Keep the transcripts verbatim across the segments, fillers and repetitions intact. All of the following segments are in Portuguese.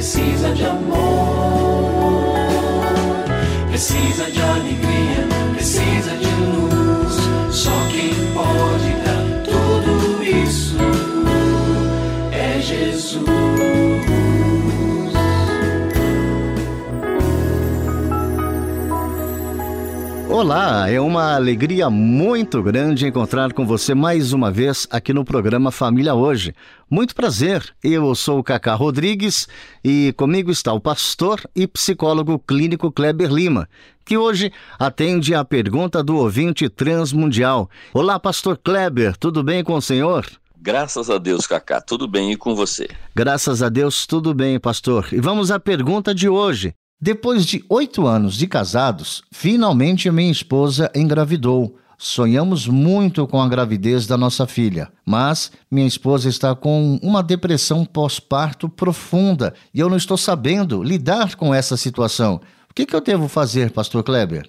precisa de amor, precisa de alegria, precisa de luz. Só quem pode dar tudo isso é Jesus. Olá, é uma alegria muito grande encontrar com você mais uma vez aqui no programa Família Hoje. Muito prazer, eu sou o Cacá Rodrigues e comigo está o pastor e psicólogo clínico Kleber Lima, que hoje atende a pergunta do ouvinte transmundial. Olá, pastor Kleber, tudo bem com o senhor? Graças a Deus, Cacá, tudo bem e com você? Graças a Deus, tudo bem, pastor. E vamos à pergunta de hoje. Depois de oito anos de casados, finalmente minha esposa engravidou. Sonhamos muito com a gravidez da nossa filha, mas minha esposa está com uma depressão pós-parto profunda e eu não estou sabendo lidar com essa situação. O que, que eu devo fazer, pastor Kleber?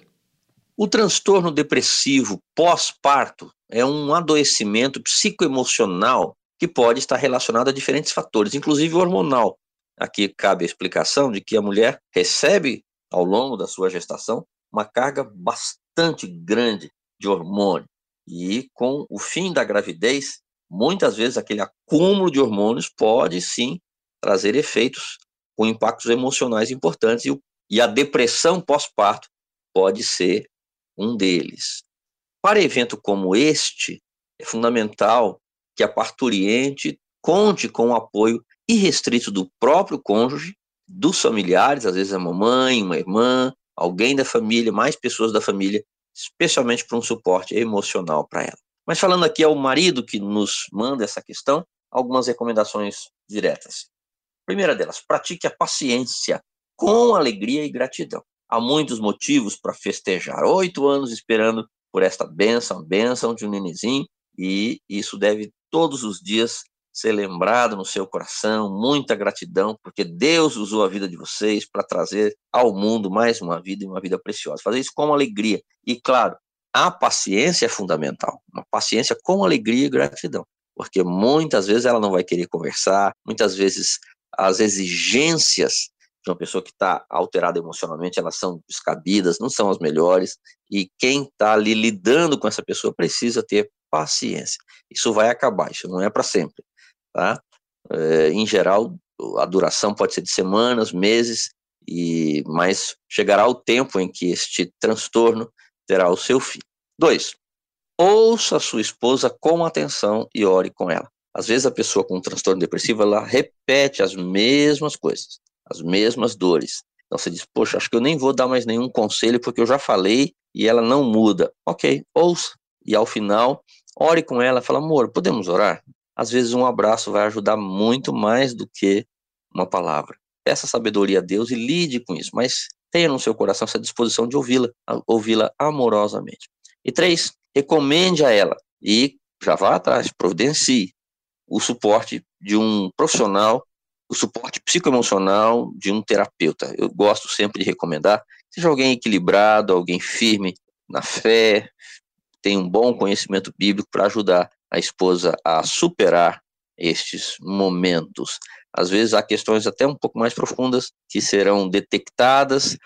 O transtorno depressivo pós-parto é um adoecimento psicoemocional que pode estar relacionado a diferentes fatores, inclusive hormonal. Aqui cabe a explicação de que a mulher recebe, ao longo da sua gestação, uma carga bastante grande de hormônio. E com o fim da gravidez, muitas vezes aquele acúmulo de hormônios pode sim trazer efeitos com impactos emocionais importantes e, e a depressão pós-parto pode ser um deles. Para evento como este, é fundamental que a parturiente conte com o apoio irrestrito do próprio cônjuge, dos familiares, às vezes a mamãe, uma irmã, alguém da família, mais pessoas da família, especialmente para um suporte emocional para ela. Mas falando aqui ao marido que nos manda essa questão, algumas recomendações diretas. Primeira delas, pratique a paciência com alegria e gratidão. Há muitos motivos para festejar. Oito anos esperando por esta bênção, bênção de um nenenzinho, e isso deve todos os dias ser lembrado no seu coração, muita gratidão, porque Deus usou a vida de vocês para trazer ao mundo mais uma vida e uma vida preciosa. Fazer isso com alegria. E, claro, a paciência é fundamental. Uma paciência com alegria e gratidão. Porque muitas vezes ela não vai querer conversar, muitas vezes as exigências de uma pessoa que está alterada emocionalmente, elas são descabidas, não são as melhores, e quem está ali lidando com essa pessoa precisa ter paciência. Isso vai acabar, isso não é para sempre. Tá? É, em geral, a duração pode ser de semanas, meses, e, mas chegará o tempo em que este transtorno terá o seu fim. Dois, ouça a sua esposa com atenção e ore com ela. Às vezes a pessoa com um transtorno depressivo, ela repete as mesmas coisas, as mesmas dores. Então você diz, poxa, acho que eu nem vou dar mais nenhum conselho porque eu já falei e ela não muda. Ok, ouça. E ao final, ore com ela, fala, amor, podemos orar? Às vezes um abraço vai ajudar muito mais do que uma palavra. Peça sabedoria a Deus e lide com isso, mas tenha no seu coração essa disposição de ouvi-la, ouvi-la amorosamente. E três, recomende a ela e já vá atrás, providencie o suporte de um profissional, o suporte psicoemocional de um terapeuta. Eu gosto sempre de recomendar, seja alguém equilibrado, alguém firme na fé, tem um bom conhecimento bíblico para ajudar a esposa a superar estes momentos. Às vezes há questões até um pouco mais profundas que serão detectadas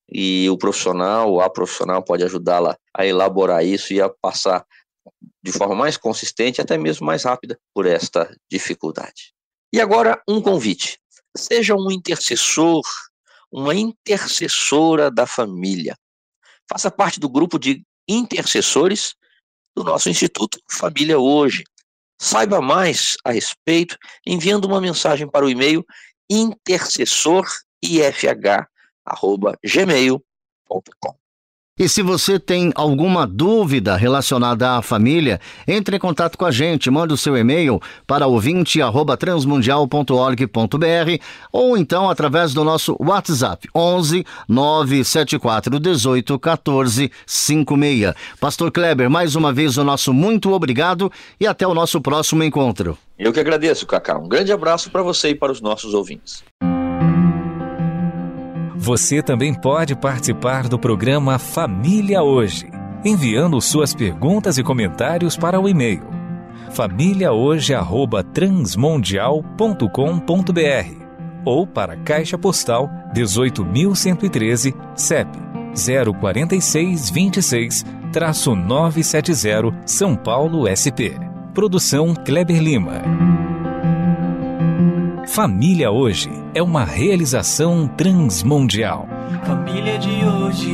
e o profissional ou a profissional pode ajudá-la a elaborar isso e a passar de forma mais consistente, até mesmo mais rápida, por esta dificuldade. E agora um convite. Seja um intercessor, uma intercessora da família. Faça parte do grupo de intercessores do nosso Instituto Família Hoje. Saiba mais a respeito enviando uma mensagem para o e-mail intercessor i f h arroba gmail ponto com. E se você tem alguma dúvida relacionada à família, entre em contato com a gente, manda o seu e-mail para ouvinte arroba transmundial ponto org ponto b r ou então através do nosso WhatsApp onze nove sete quatro um oito um quatro cinco seis. Pastor Kleber, mais uma vez o nosso muito obrigado e até o nosso próximo encontro. Eu que agradeço, Cacá. Um grande abraço para você e para os nossos ouvintes. Você também pode participar do programa Família Hoje, enviando suas perguntas e comentários para o e-mail família hoje arroba transmundial ponto com ponto b r ou para Caixa Postal dezoito mil cento e treze, C E P zero quatro seis dois seis, nove sete zero, São Paulo, S P. Produção Kleber Lima. Família Hoje é uma realização transmundial. Família de hoje.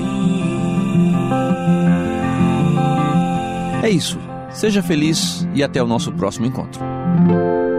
É isso. Seja feliz e até o nosso próximo encontro.